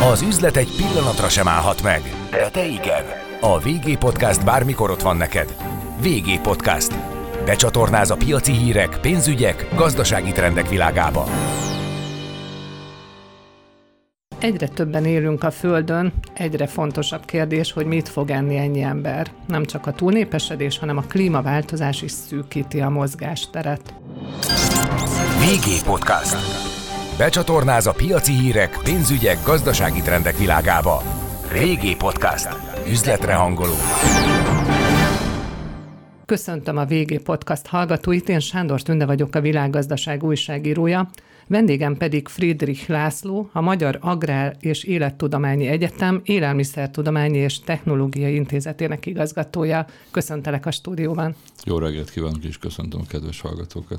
Az üzlet egy pillanatra sem állhat meg, de te igen. A VG Podcast bármikor ott van neked. VG Podcast. Becsatornáz a piaci hírek, pénzügyek, gazdasági trendek világába. Egyre többen élünk a Földön, egyre fontosabb kérdés, hogy mit fog enni ennyi ember. Nem csak a túlnépesedés, hanem a klímaváltozás is szűkíti a mozgásteret. VG Podcast. Becsatornáz a piaci hírek, pénzügyek, gazdasági trendek világába. VG Podcast. Üzletre hangoló. Köszöntöm a VG Podcast hallgatóit, én Sándor Tünde vagyok, a Világgazdaság újságírója. Vendégem pedig Friedrich László, a Magyar Agrár- és Élettudományi Egyetem Élelmiszertudományi és Technológiai Intézetének igazgatója. Köszöntelek a stúdióban. Jó reggelt kívánok, és köszöntöm a kedves hallgatókat.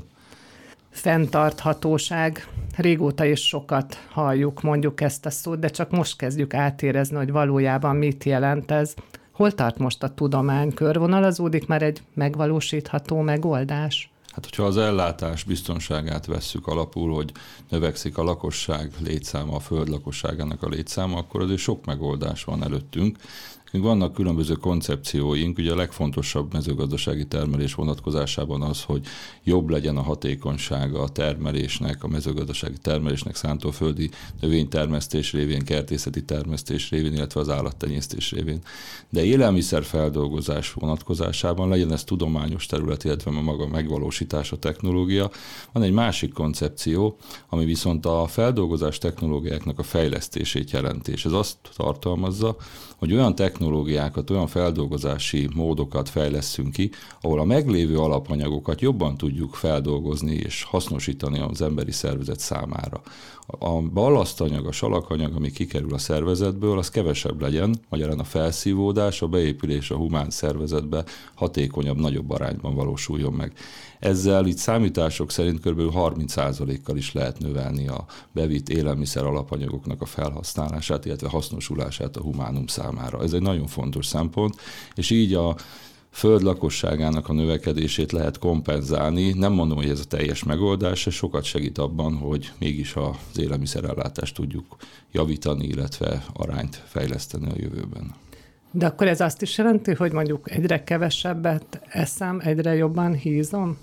Fenntarthatóság. Régóta is sokat halljuk, mondjuk ezt a szót, de csak most kezdjük átérezni, hogy valójában mit jelent ez. Hol tart most a tudomány? Körvonalazódik már egy megvalósítható megoldás? Hát, hogyha az ellátás biztonságát vesszük alapul, hogy növekszik a lakosság létszáma, a föld lakosságának a létszáma, akkor azért sok megoldás van előttünk. Vannak különböző koncepcióink, ugye a legfontosabb mezőgazdasági termelés vonatkozásában az, hogy jobb legyen a hatékonysága a termelésnek, a mezőgazdasági termelésnek szántóföldi növénytermesztés révén, kertészeti termesztés révén, illetve az állattenyésztés révén. De élelmiszerfeldolgozás vonatkozásában, legyen ez tudományos terület, illetve maga megvalósítás, a technológia, van egy másik koncepció, ami viszont a feldolgozás technológiáknak a fejlesztését jelenti, és ez azt tartalmazza, hogy olyan technológiákat, olyan feldolgozási módokat fejlesszünk ki, ahol a meglévő alapanyagokat jobban tudjuk feldolgozni és hasznosítani az emberi szervezet számára. A ballasztanyag, a salakanyag, ami kikerül a szervezetből, az kevesebb legyen, magyarán a felszívódás, a beépülés a humán szervezetbe hatékonyabb, nagyobb arányban valósuljon meg. Ezzel itt számítások szerint kb. 30%-kal is lehet növelni a bevitt élelmiszer alapanyagoknak a felhasználását, illetve hasznosulását a humánum számára. Ez egy nagyon fontos szempont, és így a föld lakosságának a növekedését lehet kompenzálni. Nem mondom, hogy ez a teljes megoldás, ez sokat segít abban, hogy mégis az élelmiszerellátást tudjuk javítani, illetve arányt fejleszteni a jövőben. De akkor ez azt is jelenti, hogy mondjuk egyre kevesebbet eszem, egyre jobban hízom?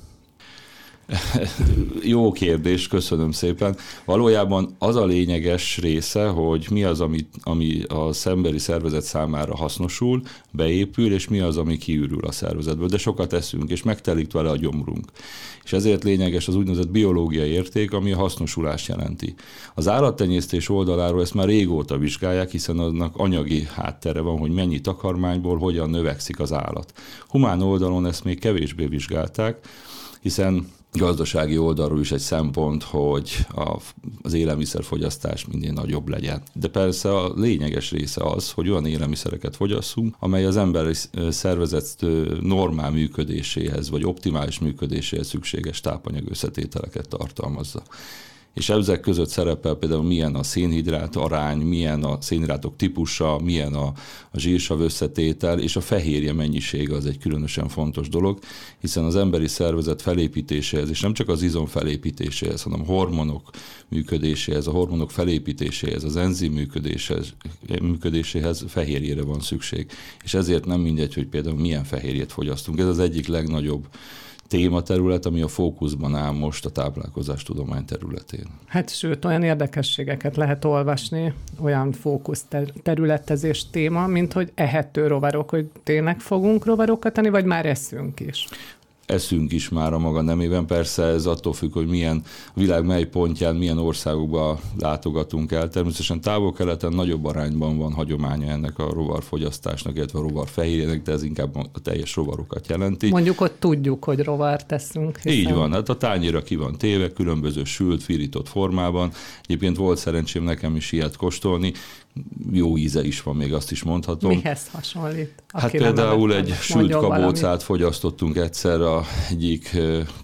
Jó kérdés, köszönöm szépen. Valójában az a lényeges része, hogy mi az, ami az emberi szervezet számára hasznosul, beépül, és mi az, ami kiürül a szervezetből. De sokat eszünk, és megtelik vele a gyomrunk. És ezért lényeges az úgynevezett biológiai érték, ami a hasznosulást jelenti. Az állattenyésztés oldaláról ezt már régóta vizsgálják, hiszen annak anyagi háttere van, hogy mennyi takarmányból hogyan növekszik az állat. Humán oldalon ezt még kevésbé vizsgálták, hiszen gazdasági oldalról is egy szempont, hogy az élelmiszerfogyasztás minél nagyobb legyen. De persze a lényeges része az, hogy olyan élelmiszereket fogyasszunk, amely az emberi szervezet normál működéséhez, vagy optimális működéséhez szükséges tápanyag összetételeket tartalmazza. És ezek között szerepel például milyen a szénhidrát arány, milyen a szénhidrátok típusa, milyen a zsírsav összetétel, és a fehérje mennyisége az egy különösen fontos dolog, hiszen az emberi szervezet felépítéséhez, és nem csak az izom felépítéséhez, hanem a hormonok működéséhez, a hormonok felépítéséhez, az enzim működéséhez fehérjére van szükség. És ezért nem mindegy, hogy például milyen fehérjét fogyasztunk. Ez az egyik legnagyobb tématerület, ami a fókuszban áll most a táplálkozástudomány területén. Hát sőt, olyan érdekességeket lehet olvasni, olyan fókusz területezés téma, mint hogy ehető rovarok, hogy tényleg fogunk rovarokat enni, vagy már eszünk is? Eszünk is már a maga nemében. Persze ez attól függ, hogy milyen világ mely pontján, milyen országokba látogatunk el. Természetesen távol-keleten nagyobb arányban van hagyománya ennek a rovarfogyasztásnak, illetve a rovarfehérjének, de ez inkább a teljes rovarokat jelenti. Mondjuk ott tudjuk, hogy rovart teszünk. Hiszen... Így van, hát a tányérra ki van téve, különböző sült, firított formában. Egyébként volt szerencsém nekem is ilyet kóstolni. Jó íze is van, még azt is mondhatom. Mihez hasonlít? Hát például egy sült kabócát fogyasztottunk egyszer egyik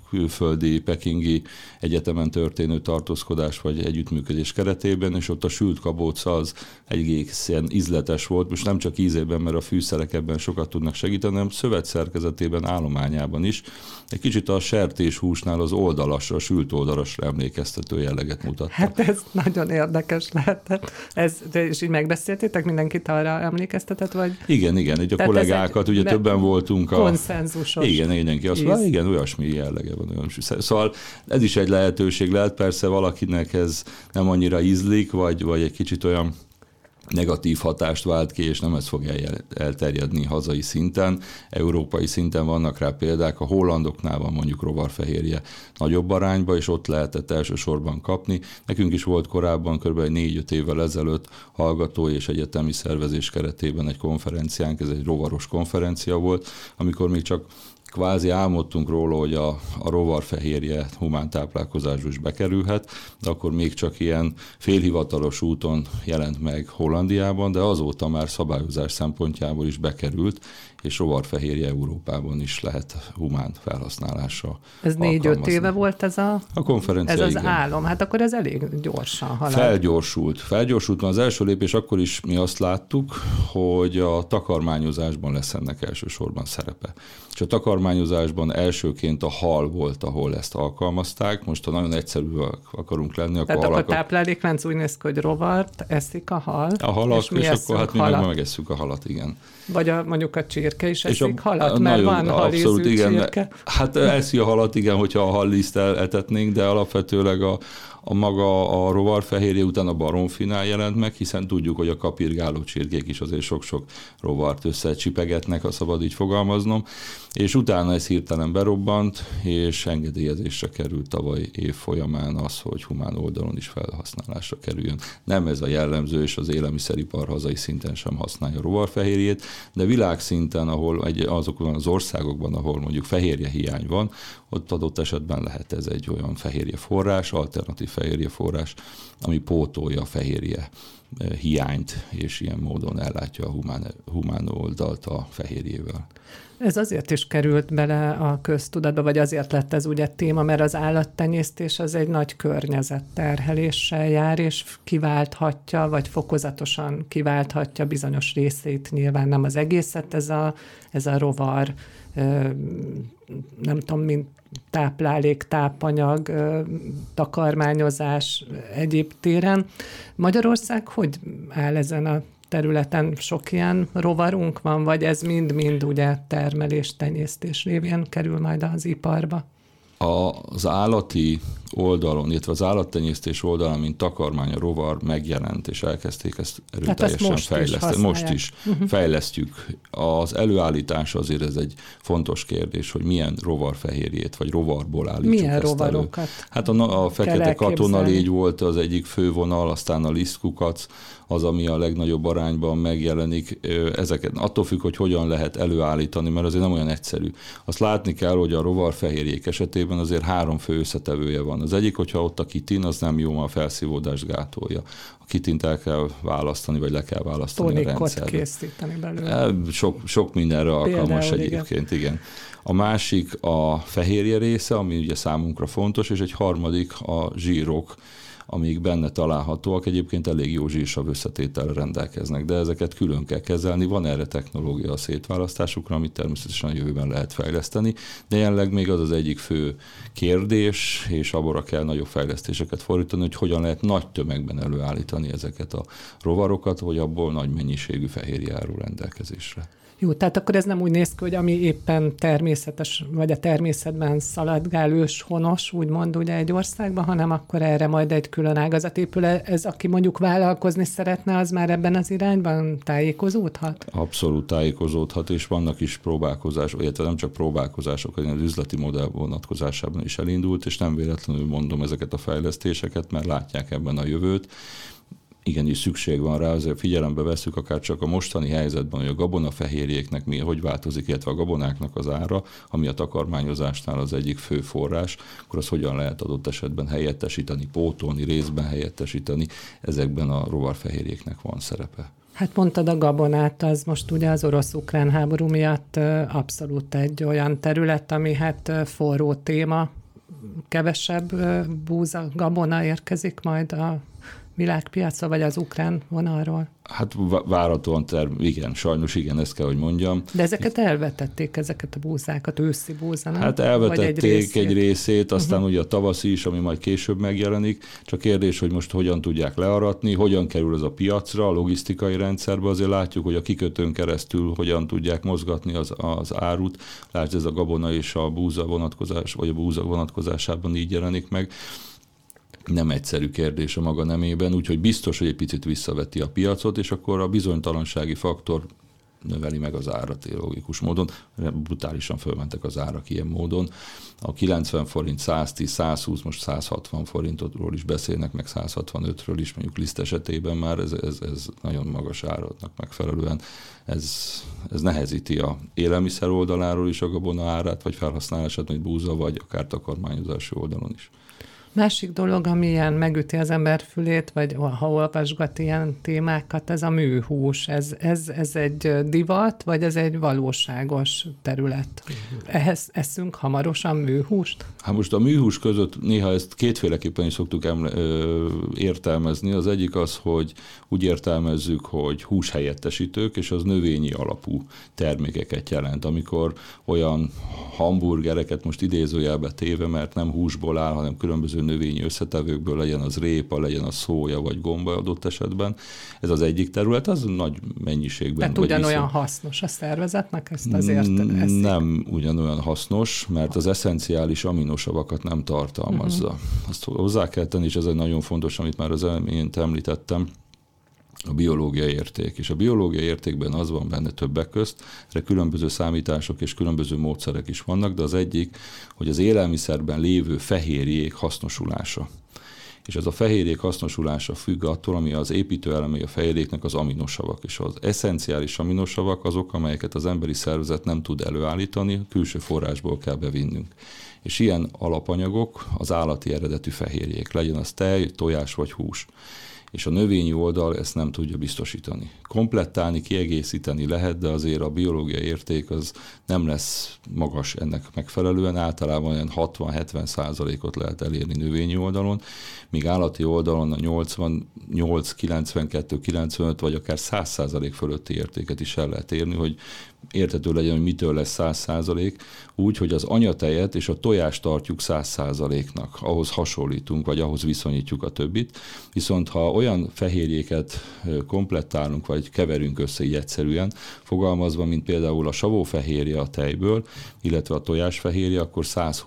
külföldi pekingi egyetemen történő tartózkodás vagy együttműködés keretében, és ott a sült kabóca az egészen ízletes volt. Most nem csak ízében, mert a fűszerek ebben sokat tudnak segíteni, hanem szövetszerkezetében, állományában is. Egy kicsit a sertéshúsnál az oldalasra, a sült oldalasra emlékeztető jelleget mutatta. Hát ez nagyon érdekes lehetett. És így megbeszéltétek, mindenkit arra emlékeztetett, vagy? Igen, így a kollégákat, ugye többen voltunk. Konszenzusos. Igen, mindenki azt mondja, igen, olyasmi jellege van. Szóval ez is egy lehetőség lehet, persze valakinek ez nem annyira ízlik, vagy egy kicsit olyan negatív hatást vált ki, és nem ez fog elterjedni hazai szinten. Európai szinten vannak rá példák, a hollandoknál van mondjuk rovarfehérje nagyobb arányba, és ott lehetett elsősorban kapni. Nekünk is volt korábban, kb. 4-5 évvel ezelőtt hallgatói és egyetemi szervezés keretében egy konferenciánk, ez egy rovaros konferencia volt, amikor még csak kvázi álmodtunk róla, hogy a rovarfehérje humán táplálkozásba is bekerülhet, de akkor még csak ilyen félhivatalos úton jelent meg Hollandiában, de azóta már szabályozás szempontjából is bekerült, és rovarfehérje Európában is lehet humán felhasználásra. Ez 4-5 éve volt ez a konferencia, ez az igen. Álom. Hát akkor ez elég gyorsan halad. Felgyorsult, mert az első lépés akkor is mi azt láttuk, hogy a takarmányozásban lesz ennek elsősorban szerepe. És a takarmányozásban elsőként a hal volt, ahol ezt alkalmazták. Most, ha nagyon egyszerűek akarunk lenni, akkor tehát akkor tápláléklánc úgy néz ki, hogy rovart eszik a hal. A halak, és akkor hát mi megesszük a halat, igen. Vagy mondjuk a csirke is eszik halat, mert van halízű csirke. Hát eszi a halat, igen, hogyha a halliszttel etetnénk, de alapvetőleg a maga a rovarfehérje után a baromfinál jelent meg, hiszen tudjuk, hogy a kapirgáló csirkék is azért sok-sok rovart összecsipegetnek, ha szabad így fogalmaznom, és utána ez hirtelen berobbant, és engedélyezésre került tavaly év folyamán az, hogy humán oldalon is felhasználásra kerüljön. Nem ez a jellemző, és az élelmiszeripar hazai szinten sem használja a rovarfehérjét, de világszinten, ahol azokban az országokban, ahol mondjuk fehérje hiány van, ott adott esetben lehet ez egy olyan fehérje forrás, alternatív fehérje forrás, ami pótolja a fehérje hiányt, és ilyen módon ellátja a humán oldalt a fehérjével. Ez azért is került bele a köztudatba, vagy azért lett ez ugye téma, mert az állattenyésztés az egy nagy környezetterheléssel jár, és kiválthatja, vagy fokozatosan kiválthatja bizonyos részét, nyilván nem az egészet, ez a rovar, nem tudom, mint táplálék, tápanyag, takarmányozás egyéb téren. Magyarország hogy áll ezen a területen? Sok ilyen rovarunk van, vagy ez mind-mind ugye termelés, tenyésztés révén kerül majd az iparba? Az állati oldalon, illetve az állattenyésztés oldalon, mint takarmány, a rovar megjelent, és elkezdték ezt erőteljesen fejleszteni. Most is fejlesztjük. Az előállítás azért ez egy fontos kérdés, hogy milyen rovarfehérjét, vagy rovarból állítsuk milyen ezt rovarokat elő. Hát a fekete katonalégy volt az egyik fővonal, aztán a lisztkukac, az, ami a legnagyobb arányban megjelenik. Ezeket attól függ, hogy hogyan lehet előállítani, mert azért nem olyan egyszerű. Azt látni kell, hogy a rovarfehérjék esetében azért 3 fő összetevője van. Az egyik, hogyha ott a kitin, az nem jó, mert a felszívódást gátolja. A kitint el kell választani, vagy le kell választani a rendszerbe. Készíteni belőle. Sok mindenre alkalmas egyébként, igen. A másik a fehérje része, ami ugye számunkra fontos, és egy harmadik a zsírok, amik benne találhatóak, egyébként elég jó zsírsav összetételre rendelkeznek, de ezeket külön kell kezelni, van erre technológia a szétválasztásukra, amit természetesen a jövőben lehet fejleszteni, de jelenleg még az az egyik fő kérdés, és abban kell nagyobb fejlesztéseket fordítani, hogy hogyan lehet nagy tömegben előállítani ezeket a rovarokat, hogy abból nagy mennyiségű fehérje áll rendelkezésre. Jó, tehát akkor ez nem úgy néz ki, hogy ami éppen természetes, vagy a természetben szaladgál őshonos, úgymond ugye egy országban, hanem akkor erre majd egy külön ágazat épül. Ez, aki mondjuk vállalkozni szeretne, az már ebben az irányban tájékozódhat? Abszolút tájékozódhat, és vannak is próbálkozások, illetve nem csak próbálkozások, hanem az üzleti modell vonatkozásában is elindult, és nem véletlenül mondom ezeket a fejlesztéseket, mert látják ebben a jövőt. Igenis szükség van rá, azért figyelembe vesszük akár csak a mostani helyzetben, hogy a gabonafehérjéknek hogy változik, illetve a gabonáknak az ára, ami a takarmányozásnál az egyik fő forrás, akkor az hogyan lehet adott esetben helyettesíteni, pótolni, részben helyettesíteni, ezekben a rovarfehérjéknek van szerepe. Hát mondtad a gabonát, az most ugye az orosz-ukrán háború miatt abszolút egy olyan terület, ami hát forró téma, kevesebb búza, gabona érkezik majd a világpiacra, vagy az ukrán vonalról? Hát várhatóan, igen, sajnos igen, ezt kell, hogy mondjam. De ezeket elvetették, ezeket a búzákat, őszi búza, nem? Hát elvetették egy részét, aztán ugye a tavaszi is, ami majd később megjelenik. Csak kérdés, hogy most hogyan tudják learatni, hogyan kerül ez a piacra, a logisztikai rendszerbe. Azért látjuk, hogy a kikötőn keresztül hogyan tudják mozgatni az árut. Lásd, ez a gabona és a búza vonatkozás, vagy a búza vonatkozásában így jelenik meg. Nem egyszerű kérdés a maga nemében, úgyhogy biztos, hogy egy picit visszaveti a piacot, és akkor a bizonytalansági faktor növeli meg az árat logikus módon. Brutálisan fölmentek az árak ilyen módon. A 90 forint, 110, 120, most 160 forintról is beszélnek, meg 165-ről is, mondjuk liszt esetében már ez nagyon magas áratnak megfelelően. Ez nehezíti a élelmiszer oldaláról is a gabona árát, vagy felhasználását, vagy búza, vagy akár takarmányozási oldalon is. Másik dolog, ami ilyen megüti az ember fülét, vagy ha olvasgat ilyen témákat, ez a műhús. Ez egy divat, vagy ez egy valóságos terület? Ehhez eszünk hamarosan műhúst? Hát most a műhús között néha ezt kétféleképpen is szoktuk értelmezni. Az egyik az, hogy úgy értelmezzük, hogy húshelyettesítők, és az növényi alapú termékeket jelent. Amikor olyan hamburgereket most idézőjelbe téve, mert nem húsból áll, hanem különböző növényi összetevőkből, legyen az répa, legyen az szója vagy gomba adott esetben. Ez az egyik terület, az nagy mennyiségben. Tehát ugyanolyan hasznos a szervezetnek, ezt azért eszik? Nem ugyanolyan hasznos, mert az esszenciális aminosavakat nem tartalmazza. Azt hozzá kell tenni, és ez egy nagyon fontos, amit már az elején említettem, a biológiai érték. És a biológiai értékben az van benne többek közt, erre különböző számítások és különböző módszerek is vannak, de az egyik, hogy az élelmiszerben lévő fehérjék hasznosulása. És ez a fehérjék hasznosulása függ attól, ami az építőelemei a fehérjéknek az aminosavak. És az esszenciális aminosavak azok, amelyeket az emberi szervezet nem tud előállítani, külső forrásból kell bevinnünk. És ilyen alapanyagok az állati eredetű fehérjék, legyen az tej, tojás vagy hús. És a növényi oldal ezt nem tudja biztosítani. Komplettálni, kiegészíteni lehet, de azért a biológiai érték az nem lesz magas ennek megfelelően, általában olyan 60-70%-ot lehet elérni növényi oldalon, míg állati oldalon a 88, 92, 95 vagy akár 100% fölötti értéket is el lehet érni, hogy érthető legyen, hogy mitől lesz 100%, úgy, hogy az anyatejet és a tojást tartjuk 100%-nak, ahhoz hasonlítunk, vagy ahhoz viszonyítjuk a többit, viszont ha olyan fehérjéket komplettálunk, vagy keverünk össze így egyszerűen, fogalmazva, mint például a savófehérje a tejből, illetve a tojásfehérje, akkor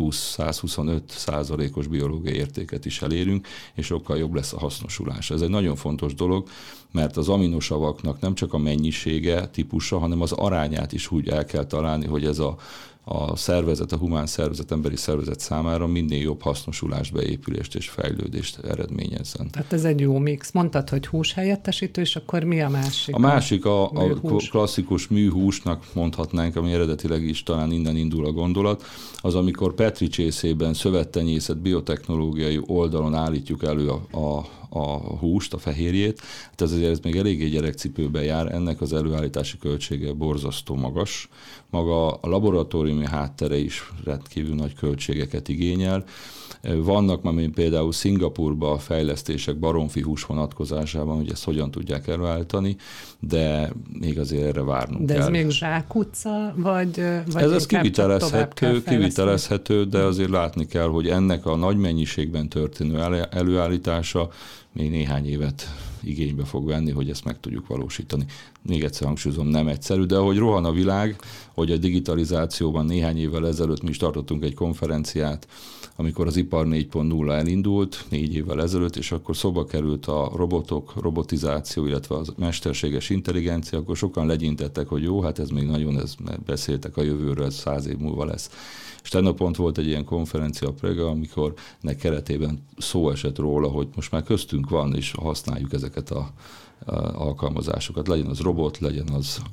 120-125%-os biológiai értéket is elérünk, és sokkal jobb lesz a hasznosulás. Ez egy nagyon fontos dolog, mert az aminosavaknak nem csak a mennyisége, típusa, hanem az arányát is úgy el kell találni, hogy ez a szervezet, a humán szervezet, emberi szervezet számára minél jobb hasznosulást, beépülést és fejlődést eredményezzen. Tehát ez egy jó mix. Mondtad, hogy húshelyettesítő, és akkor mi a másik? A másik a klasszikus műhúsnak mondhatnánk, ami eredetileg is talán innen indul a gondolat, az amikor Petri csészében szövettenyészet biotechnológiai oldalon állítjuk elő a húst, a fehérjét. Hát ez azért még eléggé gyerekcipőben jár, ennek az előállítási költsége borzasztó magas. Maga a laboratóriumi háttere is rendkívül nagy költségeket igényel. Vannak már például Szingapúrban a fejlesztések baromfi hús vonatkozásában, hogy ezt hogyan tudják előállítani, de még azért erre várnunk kell. De ez még zsákutca, vagy ez kivitelezhető, de azért látni kell, hogy ennek a nagy mennyiségben történő előállítása még néhány évet igénybe fog venni, hogy ezt meg tudjuk valósítani. Még egyszer hangsúlyozom, nem egyszerű, de ahogy rohan a világ, hogy a digitalizációban néhány évvel ezelőtt mi is tartottunk egy konferenciát, amikor az ipar 4.0 elindult 4 évvel ezelőtt, és akkor szóba került a robotok, robotizáció, illetve a mesterséges intelligencia, akkor sokan legyintettek, hogy jó, hát ez még nagyon, beszéltek a jövőről, ez 100 év múlva lesz. És tegnap pont volt egy ilyen konferencia a Prega, amikor ennek keretében szó esett róla, hogy most már köztünk van, és használjuk alkalmazásokat. Legyen az robot, legyen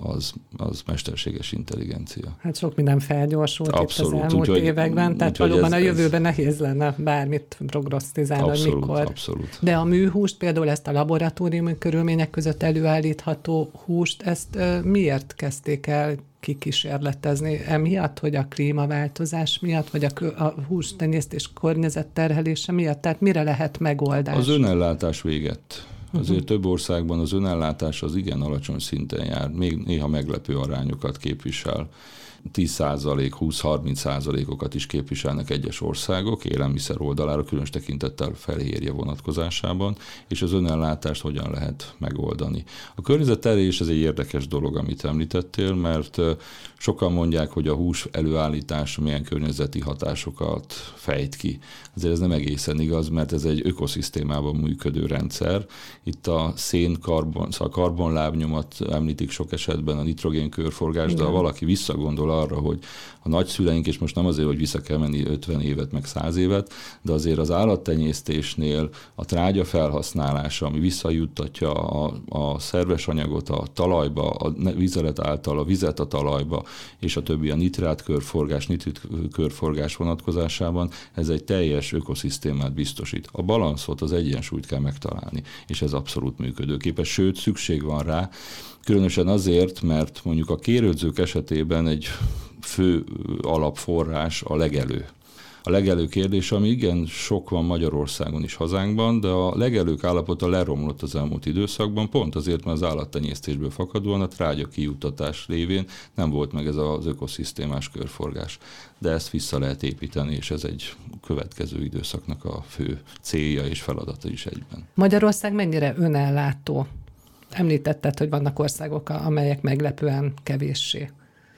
az mesterséges intelligencia. Hát sok minden felgyorsult abszolút, itt az elmúlt években, tehát valóban a jövőben nehéz lenne bármit prognosztizálni, hogy mikor. Abszolút. De a műhúst, például ezt a laboratóriumi körülmények között előállítható húst, ezt miért kezdték el kikísérletezni? Emiatt, hogy a klímaváltozás miatt, vagy a hústenyésztés környezetterhelése miatt? Tehát mire lehet megoldás? Az önellátás végett. Azért több országban az önellátás az igen alacsony szinten jár, még néha meglepő arányokat képvisel. 10%, 20-30%-okat is képviselnek egyes országok élelmiszer oldalára, különös tekintettel fehérje vonatkozásában, és az önellátást hogyan lehet megoldani. A környezetterhelés ez egy érdekes dolog, amit említettél, mert sokan mondják, hogy a hús előállítása milyen környezeti hatásokat fejt ki. Azért ez nem egészen igaz, mert ez egy ökoszisztémában működő rendszer. Itt a karbonlábnyomat említik sok esetben, a nitrogén körforgás, de ha valaki visszagondol arra, hogy a nagyszüleink, és most nem azért, hogy vissza kell menni 50 évet, meg 100 évet, de azért az állattenyésztésnél a trágya felhasználása, ami visszajuttatja a szerves anyagot a talajba, a vizelet által a vizet a talajba, és a többi a nitrát körforgás vonatkozásában, ez egy teljes ökoszisztémát biztosít. A balanszot, az egyensúlyt kell megtalálni, és ez abszolút működőképes, sőt, szükség van rá, különösen azért, mert mondjuk a kérődzők esetében egy fő alapforrás a legelő. A legelő kérdés, ami igen sok van Magyarországon is, hazánkban, de a legelők állapota leromlott az elmúlt időszakban, pont azért, mert az állattenyésztésből fakadóan a trágya kijuttatás révén nem volt meg ez az ökoszisztémás körforgás. De ezt vissza lehet építeni, és ez egy következő időszaknak a fő célja és feladata is egyben. Magyarország mennyire önellátó? Említetted, hogy vannak országok, amelyek meglepően kevéssé.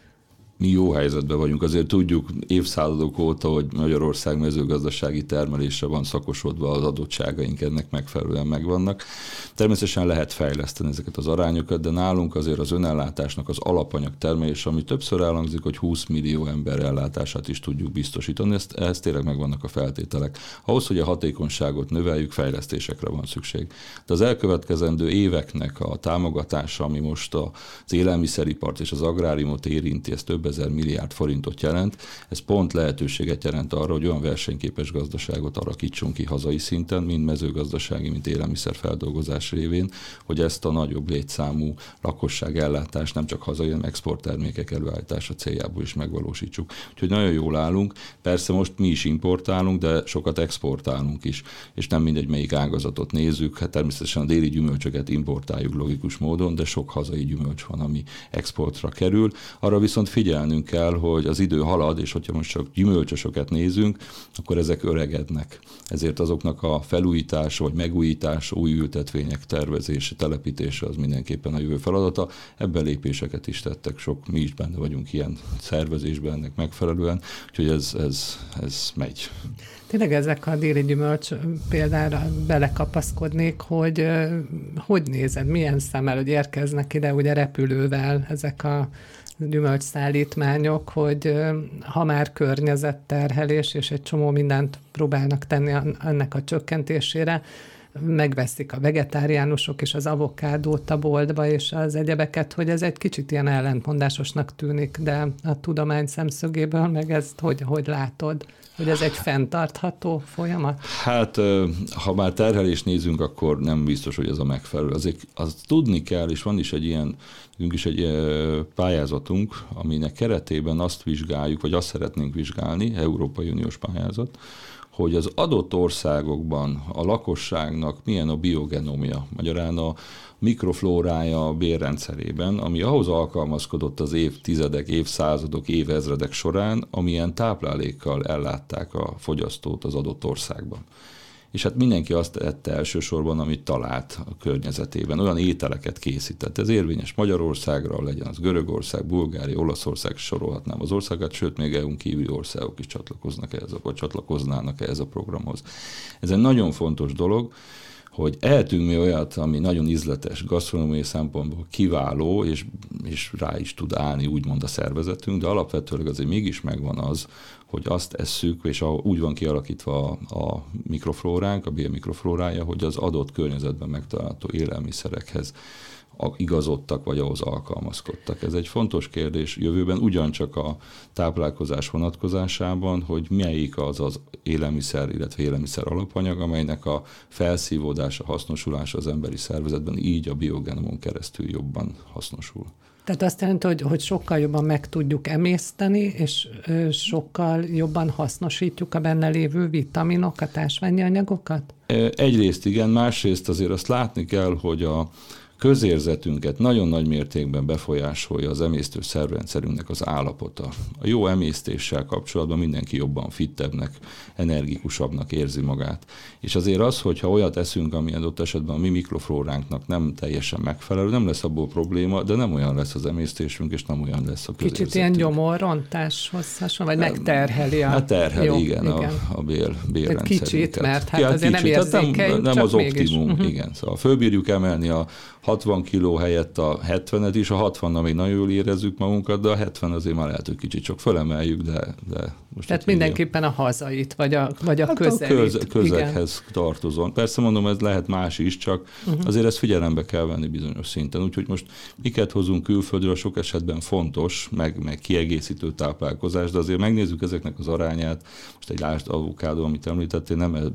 Mi jó helyzetben vagyunk, azért tudjuk évszázadok óta, hogy Magyarország mezőgazdasági termelésre van szakosodva, az adottságaink ennek megfelelően megvannak. Természetesen lehet fejleszteni ezeket az arányokat, de nálunk azért az önellátásnak az alapanyag termelése, ami többször elhangzik, hogy 20 millió ember ellátását is tudjuk biztosítani, ehhez tényleg megvannak a feltételek. Ahhoz, hogy a hatékonyságot növeljük, fejlesztésekre van szükség. De az elkövetkezendő éveknek a támogatása, ami most az élelmiszeripart és az agráriumot érinti, ez több ezer milliárd forintot jelent, ez pont lehetőséget jelent arra, hogy olyan versenyképes gazdaságot alakítsunk ki hazai szinten, mind mezőgazdasági, mint élelmiszerfeldolgozás révén, hogy ezt a nagyobb létszámú lakosságellátást nem csak hazai, hanem exporttermékek előállítása céljából is megvalósítsuk. Úgyhogy nagyon jól állunk. Persze most mi is importálunk, de sokat exportálunk is, és nem mindegy, melyik ágazatot nézzük. Hát természetesen a déli gyümölcsöket importáljuk logikus módon, de sok hazai gyümölcs van, ami exportra kerül. Arra viszont figyelnünk kell, hogy az idő halad, és hogyha most csak gyümölcsösöket nézünk, akkor ezek öregednek. Ezért azoknak a felújítása, vagy megújítása, új ültetvények tervezése, telepítése az mindenképpen a jövő feladata. Ebben lépéseket is tettek, mi is benne vagyunk ilyen szervezésben ennek megfelelően, úgyhogy ez megy. Tényleg ezek a déli gyümölcs példára belekapaszkodnék, hogy nézed, milyen szemmel, hogy érkeznek ide ugye repülővel ezek a gyümölcsszállítmányok, hogy ha már környezetterhelés, és egy csomó mindent próbálnak tenni ennek a csökkentésére, megveszik a vegetáriánusok és az avokádót a boltba, és az egyebeket, hogy ez egy kicsit ilyen ellentmondásosnak tűnik, de a tudomány szemszögéből meg ezt hogy látod? Hogy ez egy fenntartható folyamat? Hát, ha már terhelést nézünk, akkor nem biztos, hogy ez a megfelelő. Azért azt tudni kell, és van is egy pályázatunk, aminek keretében azt vizsgáljuk, vagy azt szeretnénk vizsgálni, Európai Uniós pályázat, hogy az adott országokban a lakosságnak milyen a biogenómia, magyarán a mikroflórája a bélrendszerében, ami ahhoz alkalmazkodott az évtizedek, évszázadok, évezredek során, amilyen táplálékkal ellátták a fogyasztót az adott országban. És hát mindenki azt tette elsősorban, amit talált a környezetében, olyan ételeket készített. Ez érvényes Magyarországra, legyen az Görögország, Bulgária, Olaszország, sorolhatnám az országokat, sőt, még EU-n kívüli országok is csatlakoznának ehhez a programhoz. Ez egy nagyon fontos dolog, hogy ehetünk mi olyat, ami nagyon ízletes, gasztronómiai szempontból kiváló, és és rá is tud állni úgymond a szervezetünk, de alapvetőleg azért mégis megvan az, hogy azt esszük, és úgy van kialakítva a mikroflóránk, a bélmikroflórája, hogy az adott környezetben megtalálható élelmiszerekhez igazodtak, vagy ahhoz alkalmazkodtak. Ez egy fontos kérdés jövőben ugyancsak a táplálkozás vonatkozásában, hogy melyik az élelmiszer, illetve élelmiszer alapanyag, amelynek a felszívódása, hasznosulása az emberi szervezetben így a biogenomon keresztül jobban hasznosul. Tehát azt jelenti, hogy sokkal jobban meg tudjuk emészteni, és sokkal jobban hasznosítjuk a benne lévő vitaminokat, ásványi anyagokat? Egyrészt igen, másrészt azért azt látni kell, hogy a közérzetünket nagyon nagy mértékben befolyásolja az emésztő szervrendszerünknek az állapota. A jó emésztéssel kapcsolatban mindenki jobban fittebbnek, energikusabbnak érzi magát. És azért az, hogyha olyat eszünk, ami adott esetben a mi mikroflóránknak nem teljesen megfelelő, nem lesz abból probléma, de nem olyan lesz az emésztésünk, és nem olyan lesz a közérzetünk. Kicsit ilyen gyomorrontáshoz hasonló, vagy megterheli a... Hát terheli, igen. A bélrendszerünket. Kicsit, mert hát azért nem érzékeljük, nem csak az optimum, mégis. igen. Szóval fölbírjuk emelni a 60 kiló helyett a 70-et is, a 60-nal még nagyon jól érezzük magunkat, de a 70 azért már lehet, hogy kicsit csak fölemeljük, de most... Tehát mindenképpen a hazait, vagy a hát közelit. A közeghez tartozon. Persze mondom, ez lehet más is, csak azért ezt figyelembe kell venni bizonyos szinten. Úgyhogy most miket hozunk külföldről, sok esetben fontos, meg kiegészítő táplálkozás, de azért megnézzük ezeknek az arányát. Most egy lásd avokádó, amit említettél,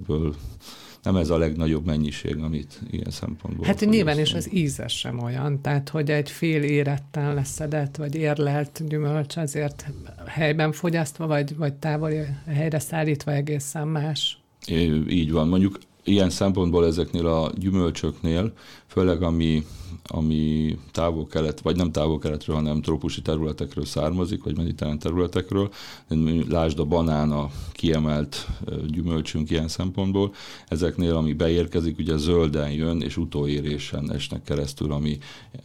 nem ez a legnagyobb mennyiség, amit ilyen szempontból... Hát nyilván is az íze sem olyan, tehát hogy egy fél éretten leszedett, vagy érlelt gyümölcs azért helyben fogyasztva, vagy távoli helyre szállítva egészen más. Így van. Mondjuk ilyen szempontból ezeknél a gyümölcsöknél, főleg ami távol-kelet, vagy nem távol-keletről, hanem trópusi területekről származik, vagy mediterrán területekről. Lásd a banán, a kiemelt gyümölcsünk ilyen szempontból. Ezeknél, ami beérkezik, ugye zölden jön, és utóérésen esnek keresztül, ami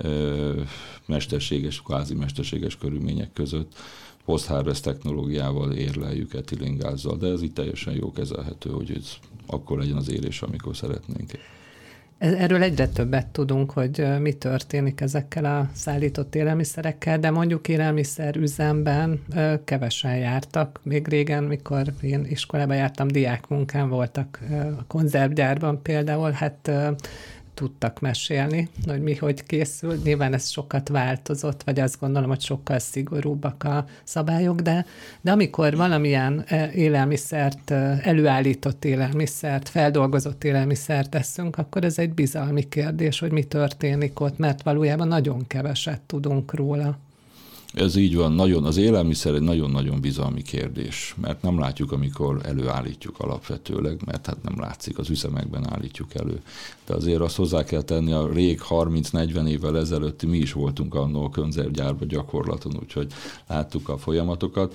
mesterséges, kvázi mesterséges körülmények között post-harvest technológiával érleljük etilingázzal, de ez itt teljesen jó kezelhető, hogy ez akkor legyen az érés, amikor szeretnénk. Erről egyre többet tudunk, hogy mi történik ezekkel a szállított élelmiszerekkel, de mondjuk élelmiszerüzemben kevesen jártak. Még régen, mikor én iskolába jártam, diákmunkán voltak a konzervgyárban például, hát tudtak mesélni, hogy mi hogy készül. Nyilván ez sokat változott, vagy azt gondolom, hogy sokkal szigorúbbak a szabályok, de amikor valamilyen élelmiszert, előállított élelmiszert, feldolgozott élelmiszert teszünk, akkor ez egy bizalmi kérdés, hogy mi történik ott, mert valójában nagyon keveset tudunk róla. Ez így van, az élelmiszer egy nagyon-nagyon bizalmi kérdés, mert nem látjuk, amikor előállítjuk alapvetőleg, mert hát nem látszik, az üzemekben állítjuk elő. De azért azt hozzá kell tenni, a rég 30-40 évvel ezelőtti mi is voltunk annól a konzervgyárban gyakorlaton, úgyhogy láttuk a folyamatokat.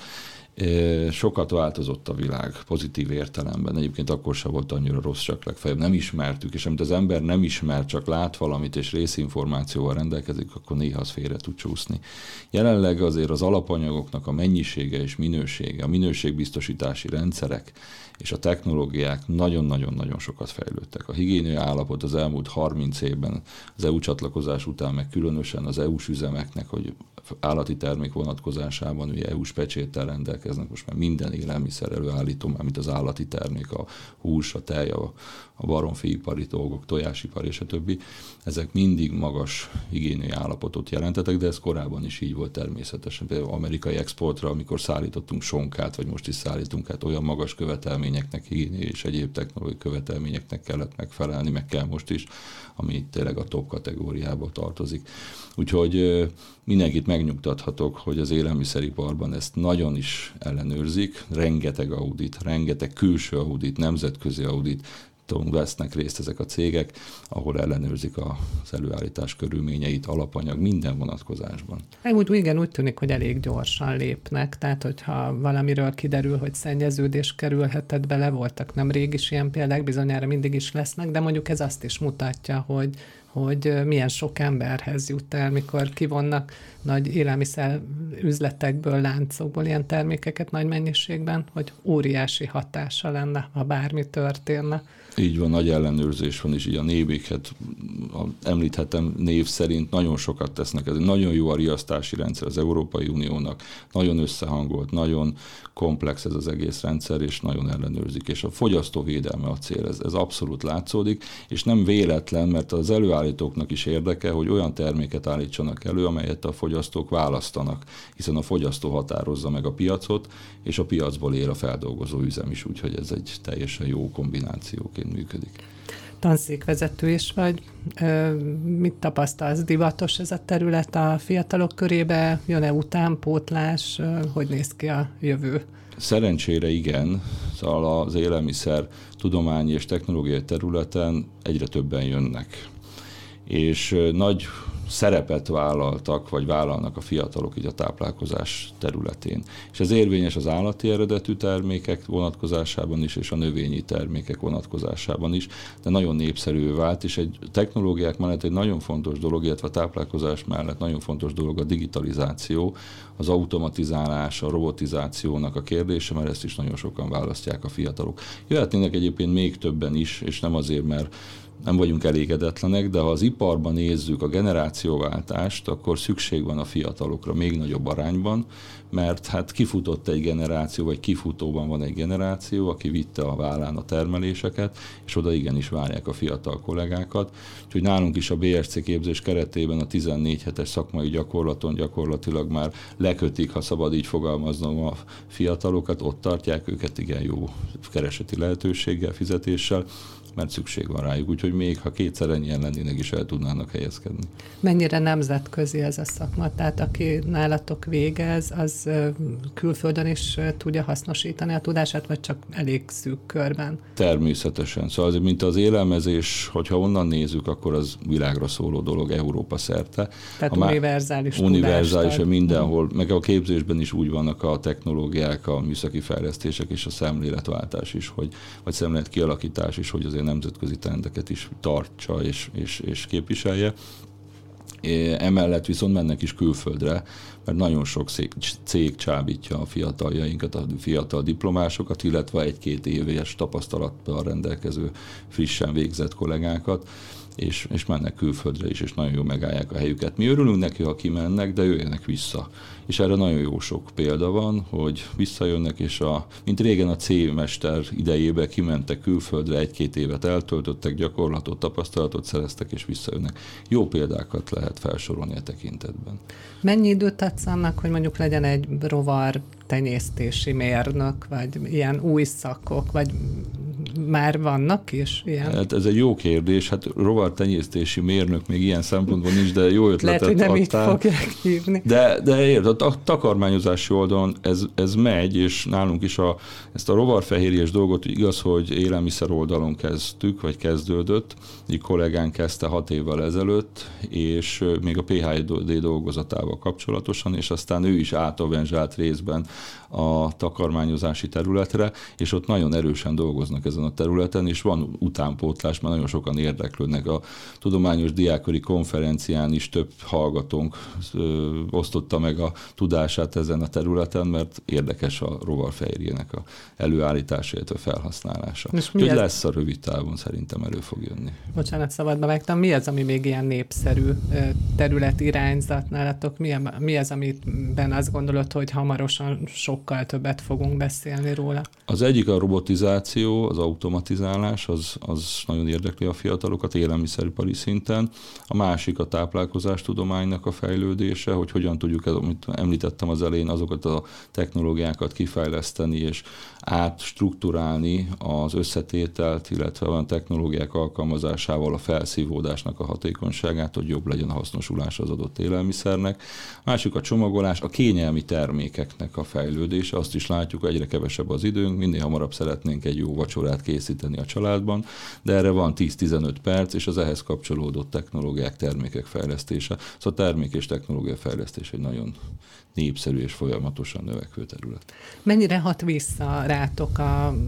Sokat változott a világ pozitív értelemben. Egyébként akkor sem volt annyira rossz, csak legfeljebb nem ismertük, és amit az ember nem ismer, csak lát valamit, és részinformációval rendelkezik, akkor néha az félre tud csúszni. Jelenleg azért az alapanyagoknak a mennyisége és minősége, a minőségbiztosítási rendszerek és a technológiák nagyon-nagyon-nagyon sokat fejlődtek. A higiéniai állapot az elmúlt 30 évben, az EU csatlakozás után, meg különösen az EU-s üzemeknek, hogy állati termék vonatkozásában ugye EU-s pecséttel rendelkeznek, most már minden élelmiszer előállító, mint az állati termék, a hús, a tej, a baromfiipari dolgok, tojásipar és a többi, ezek mindig magas higiéniai állapotot jelentettek, de ez korábban is így volt természetesen. Például amerikai exportra, amikor szállítottunk sonkát, vagy most is szállítunk, hát olyan magas követelményeknek, higiéniai és egyéb technológiai követelményeknek kellett megfelelni, meg kell most is, ami tényleg a top kategóriába tartozik. Úgyhogy mindenkit megnyugtathatok, hogy az élelmiszeriparban ezt nagyon is ellenőrzik, rengeteg audit, rengeteg külső audit, nemzetközi audit, vesznek részt ezek a cégek, ahol ellenőrzik az előállítás körülményeit, alapanyag, minden vonatkozásban. Úgy tűnik, hogy elég gyorsan lépnek, tehát hogyha valamiről kiderül, hogy szennyeződés kerülhetett bele, voltak nemrég is ilyen példák, bizonyára mindig is lesznek, de mondjuk ez azt is mutatja, hogy milyen sok emberhez jut el, mikor kivonnak nagy élelmiszer üzletekből, láncokból ilyen termékeket nagy mennyiségben, hogy óriási hatása lenne, ha bármi történne. Így van, nagy ellenőrzés van, és így a névéket, említhetem név szerint nagyon sokat tesznek. Ez nagyon jó a riasztási rendszer az Európai Uniónak, nagyon összehangolt, nagyon komplex ez az egész rendszer, és nagyon ellenőrzik. És a fogyasztóvédelme a cél, ez abszolút látszódik, és nem véletlen, mert az előállítóknak is érdeke, hogy olyan terméket állítsanak elő, amelyet a fogyasztók választanak, hiszen a fogyasztó határozza meg a piacot, és a piacból él a feldolgozó üzem is, úgyhogy ez egy teljesen jó kombinációként működik. Tanszékvezető is vagy. Mit tapasztalsz? Divatos ez a terület a fiatalok körébe? Jön-e utánpótlás? Hogy néz ki a jövő? Szerencsére igen. Szóval az élelmiszer tudományi és technológiai területen egyre többen jönnek. És nagy szerepet vállaltak, vagy vállalnak a fiatalok így a táplálkozás területén. És ez érvényes az állati eredetű termékek vonatkozásában is, és a növényi termékek vonatkozásában is, de nagyon népszerű vált, és egy technológiák mellett egy nagyon fontos dolog, illetve a táplálkozás mellett nagyon fontos dolog a digitalizáció, az automatizálás, a robotizációnak a kérdése, mert ezt is nagyon sokan választják a fiatalok. Jöhetnének egyébként még többen is, és nem azért, mert nem vagyunk elégedetlenek, de ha az iparban nézzük a generációváltást, akkor szükség van a fiatalokra még nagyobb arányban, mert hát kifutott egy generáció, vagy kifutóban van egy generáció, aki vitte a vállán a termeléseket, és oda igenis várják a fiatal kollégákat. Úgyhogy nálunk is a BSC képzés keretében a 14 hetes szakmai gyakorlaton gyakorlatilag már lekötik, ha szabad így fogalmaznom, a fiatalokat, ott tartják őket igen jó kereseti lehetőséggel, fizetéssel, mert szükség van rájuk, úgyhogy még ha kétszer ennyien lennének is el tudnának helyezkedni. Mennyire nemzetközi ez a szakma? Tehát aki nálatok végez, az külföldön is tudja hasznosítani a tudását, vagy csak elég szűk körben? Természetesen. Szóval azért, mint az élelmezés, hogyha onnan nézzük, akkor az világra szóló dolog Európa szerte. Tehát univerzális tudás. Univerzális, mindenhol, meg a képzésben is úgy vannak a technológiák, a műszaki fejlesztések és a szemléletváltás is, vagy szemlélet kialakítás is, hogy azért nemzetközi trendeket is tartsa és képviselje. Emellett viszont mennek is külföldre, mert nagyon sok cég csábítja a fiataljainkat, a fiatal diplomásokat, illetve 1-2 éves tapasztalattal rendelkező, frissen végzett kollégákat, és mennek külföldre is, és nagyon jól megállják a helyüket. Mi örülünk neki, ha kimennek, de jöjjenek vissza. És erre nagyon jó sok példa van, hogy visszajönnek, és mint régen a C-mester idejében kimentek külföldre, 1-2 évet eltöltöttek, gyakorlatot, tapasztalatot szereztek, és visszajönnek. Jó példákat lehet felsorolni a tekintetben. Mennyi időt adsz annak, hogy mondjuk legyen egy rovar tenyésztési mérnök, vagy ilyen új szakok, vagy már vannak is ilyen? Hát ez egy jó kérdés, hát rovartenyésztési mérnök még ilyen szempontból nincs, de jó ötletet lehet, hogy nem adtál. így fogják hívni. De érted, a takarmányozási oldalon ez megy, és nálunk is ezt a rovarfehérjés dolgot igaz, hogy élelmiszer oldalon kezdtük, vagy kezdődött, egy kollégánk kezdte 6 évvel ezelőtt, és még a PhD dolgozatával kapcsolatosan, és aztán ő is átavenzsált részben a takarmányozási területre, és ott nagyon erősen dolgoznak ezen a területen, és van utánpótlás, mert nagyon sokan érdeklődnek. A tudományos diákköri konferencián is több hallgatónk osztotta meg a tudását ezen a területen, mert érdekes a rovarfehérjének a előállítása, illetve felhasználása. Úgyhogy lesz a rövid távon, szerintem elő fog jönni. Bocsánat, szabadba vágtam. Mi az, ami még ilyen népszerű területirányzat nálatok? Mi az, amiben azt gondolod, hogy hamarosan sokkal többet fogunk beszélni róla? Az egyik a robotizáció, az automatizálás, az nagyon érdekli a fiatalokat élelmiszeripari szinten. A másik a táplálkozástudománynak a fejlődése, hogy hogyan tudjuk, amit említettem az elején, azokat a technológiákat kifejleszteni és átstruktúrálni az összetételt, illetve olyan technológiák alkalmazásával a felszívódásnak a hatékonyságát, hogy jobb legyen a hasznosulása az adott élelmiszernek. A másik a csomagolás, a kényelmi termékeknek a fejlődése. Azt is látjuk, hogy egyre kevesebb az időnk, minél hamarabb szeretnénk egy jó vacsorát készíteni a családban, de erre van 10-15 perc, és az ehhez kapcsolódó technológiák, termékek fejlesztése. Szóval a termék és technológia fejlesztés egy nagyon népszerű és folyamatosan növekvő terület. Mennyire hat vissza rátok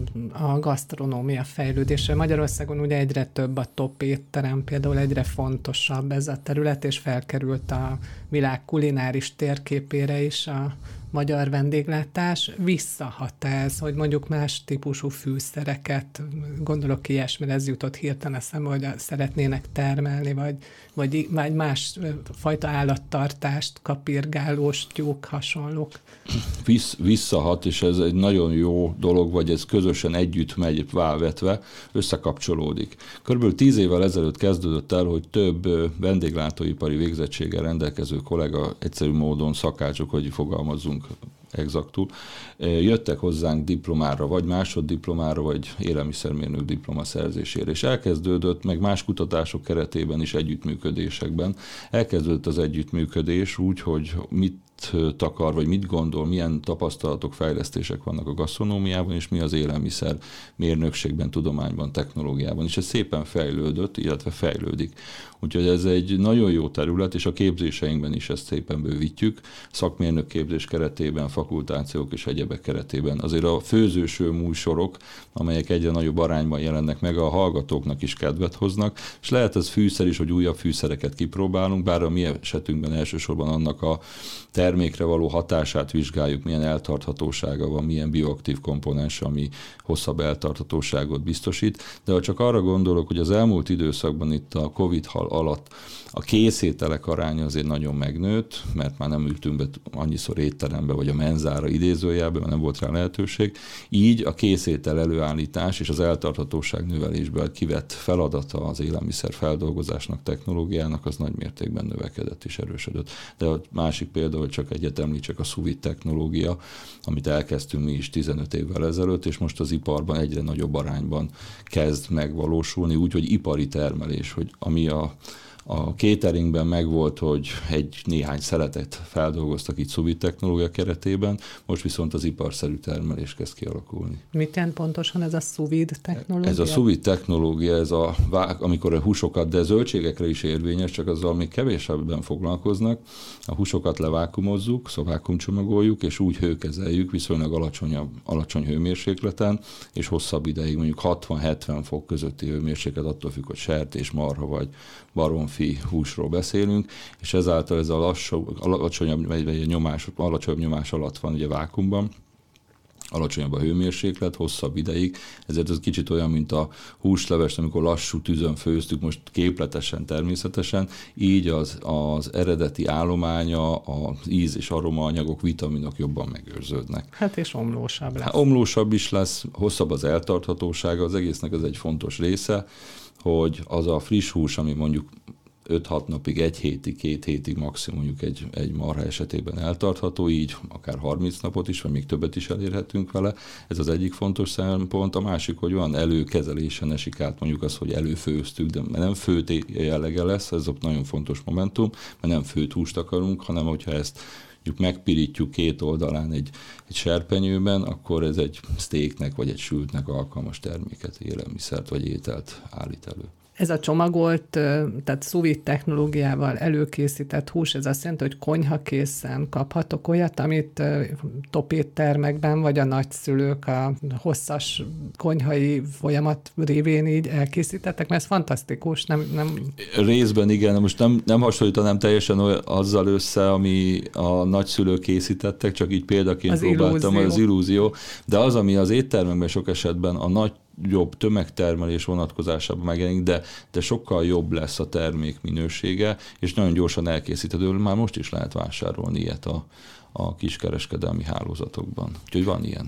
a gasztronómia fejlődése? Magyarországon ugye egyre több a top étterem, például egyre fontosabb ez a terület, és felkerült a világ kulináris térképére is a magyar vendéglátás. Visszahat ez, hogy mondjuk más típusú fűszereket, gondolok ilyesmire, ez jutott hirtelen eszembe, hogy szeretnének termelni, vagy más fajta állattartást, kapirgálós tyúk, hasonlók. Visszahat, és ez egy nagyon jó dolog, vagy ez közösen együtt megy válvetve, összekapcsolódik. Körülbelül 10 évvel ezelőtt kezdődött el, hogy több vendéglátóipari végzettséggel rendelkező kollega, egyszerű módon szakácsok, hogy fogalmazzunk exaktul, jöttek hozzánk diplomára, vagy másoddiplomára, vagy élelmiszermérnök diploma szerzésére. És elkezdődött, meg más kutatások keretében is együttműködésekben, elkezdődött az együttműködés úgy, hogy mit takar, vagy mit gondol, milyen tapasztalatok, fejlesztések vannak a gasztronómiában, és mi az élelmiszer mérnökségben, tudományban, technológiában. És ez szépen fejlődött, illetve fejlődik. Úgyhogy ez egy nagyon jó terület, és a képzéseinkben is ezt szépen bővítjük. Szakmérnök képzés keretében, fakultációk és egyebek keretében. Azért a főzőső műsorok, amelyek egyre nagyobb arányban jelennek meg, a hallgatóknak is kedvet hoznak, és lehet ez fűszer is, hogy újabb fűszereket kipróbálunk, bár a mi esetünkben elsősorban annak a termékre való hatását vizsgáljuk, milyen eltarthatósága van, milyen bioaktív komponens, ami hosszabb eltarthatóságot biztosít. De ha csak arra gondolok, hogy az elmúlt időszakban itt a Covid alatt a készételek aránya azért nagyon megnőtt, mert már nem ültünk be annyiszor étterembe, vagy a menzára idézőjelbe, mert nem volt rá lehetőség. Így a készétel előállítás és az eltarthatóság növelésből kivett feladata az élelmiszer feldolgozásnak, technológiának, az nagy mértékben növekedett és erősödött. De a másik példa, hogy csak egyet említsek, a sous vide technológia, amit elkezdtünk mi is 15 évvel ezelőtt, és most az iparban egyre nagyobb arányban kezd megvalósulni, úgyhogy ipari termelés, hogy ami a cateringben megvolt, hogy néhány szeletet feldolgoztak itt sous vide technológia keretében, most viszont az iparszerű termelés kezd kialakulni. Mit jelent pontosan ez a sous vide technológia? Ez a sous vide technológia, amikor a húsokat, de zöldségekre is érvényes, csak azzal még kevésbben foglalkoznak. A húsokat levákumozzuk, szóval vákumcsomagoljuk, és úgy hőkezeljük viszonylag alacsony hőmérsékleten, és hosszabb ideig, mondjuk 60-70 fok közötti hőmérséklet, attól függ, hogy sertés, marha vagy baromfi húsról beszélünk, és ezáltal ez a alacsonyabb nyomás alatt van ugye vákuumban, alacsonyabb a hőmérséklet, hosszabb ideig, ezért ez kicsit olyan, mint a húslevest, amikor lassú tűzön főztük, most képletesen, természetesen, így az eredeti állománya, az íz- és aromaanyagok, vitaminok jobban megőrződnek. Hát és omlósabb lesz. Omlósabb is lesz, hosszabb az eltarthatósága, az egésznek ez egy fontos része, hogy az a friss hús, ami mondjuk 5-6 napig, 1 hétig, 2 hétig maximum mondjuk egy marha esetében eltartható, így akár 30 napot is, vagy még többet is elérhetünk vele. Ez az egyik fontos szempont. A másik, hogy olyan előkezelésen esik át mondjuk az, hogy előfőztük, de nem főt jellege lesz, ez a nagyon fontos momentum, mert nem főt húst akarunk, hanem hogyha ezt megpirítjuk két oldalán egy serpenyőben, akkor ez egy steaknek vagy egy sültnek alkalmas terméket, élelmiszert vagy ételt állít elő. Ez a csomagolt, tehát sous vide technológiával előkészített hús, ez azt jelenti, hogy konyhakészen kaphatok olyat, amit top éttermekben vagy a nagyszülők a hosszas konyhai folyamat révén így elkészítettek, mert ez fantasztikus, nem... Részben igen, most nem hasonlítanám teljesen azzal össze, ami a nagyszülők készítettek, csak így példaként az próbáltam, illúzió. Az illúzió, de az, ami az éttermekben sok esetben a jobb tömegtermelés vonatkozásában megjelenik, de sokkal jobb lesz a termék minősége, és nagyon gyorsan elkészíthető. Már most is lehet vásárolni ilyet a kiskereskedelmi hálózatokban. Úgyhogy van ilyen.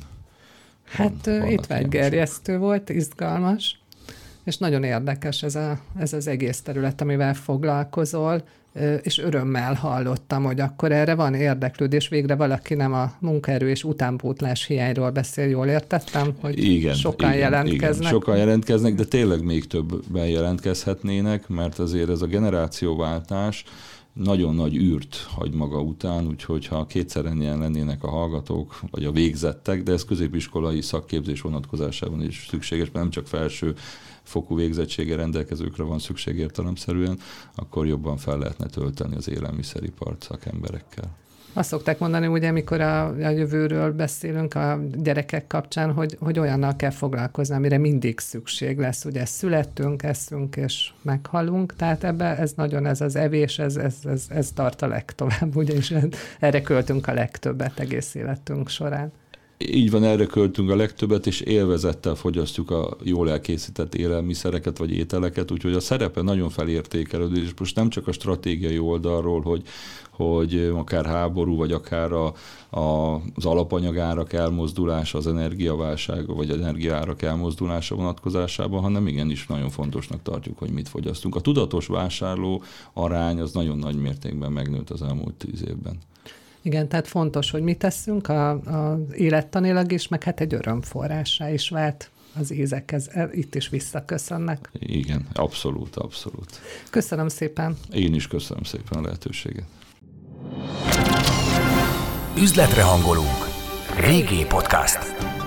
Hát étvágygerjesztő volt, izgalmas, és nagyon érdekes ez az egész terület, amivel foglalkozol, és örömmel hallottam, hogy akkor erre van érdeklődés, végre valaki nem a munkaerő és utánpótlás hiányról beszél, jól értettem, hogy sokan jelentkeznek. Igen, sokan jelentkeznek, de tényleg még többen jelentkezhetnének, mert azért ez a generációváltás, nagyon nagy űrt hagy maga után, úgyhogy ha kétszer ennyien lennének a hallgatók, vagy a végzettek, de ez középiskolai szakképzés vonatkozásában is szükséges, mert nem csak felső fokú végzettséggel rendelkezőkre van szükség értelemszerűen, akkor jobban fel lehetne tölteni az élelmiszeripart szakemberekkel. Azt szokták mondani, ugye, amikor a jövőről beszélünk a gyerekek kapcsán, hogy olyannal kell foglalkozni, amire mindig szükség lesz. Ugye születtünk, eszünk és meghalunk, tehát ez az evés, ez tart a legtovább, ugye, és erre költünk a legtöbbet egész életünk során. Így van, erre költünk a legtöbbet, és élvezettel fogyasztjuk a jól elkészített élelmiszereket vagy ételeket, úgyhogy a szerepe nagyon felértékelődő, és most nem csak a stratégiai oldalról, hogy akár háború, vagy akár az alapanyagárak elmozdulása, az energiaválság, vagy energiaárak elmozdulása vonatkozásában, hanem igenis nagyon fontosnak tartjuk, hogy mit fogyasztunk. A tudatos vásárló arány az nagyon nagy mértékben megnőtt az elmúlt 10 évben. Igen, tehát fontos, hogy mit teszünk az élettanilag is, meg hát egy örömforrássá is vált az ízek, itt is visszaköszönnek. Igen, abszolút. Köszönöm szépen. Én is köszönöm szépen a lehetőséget. Üzletre hangolunk. VG Podcast.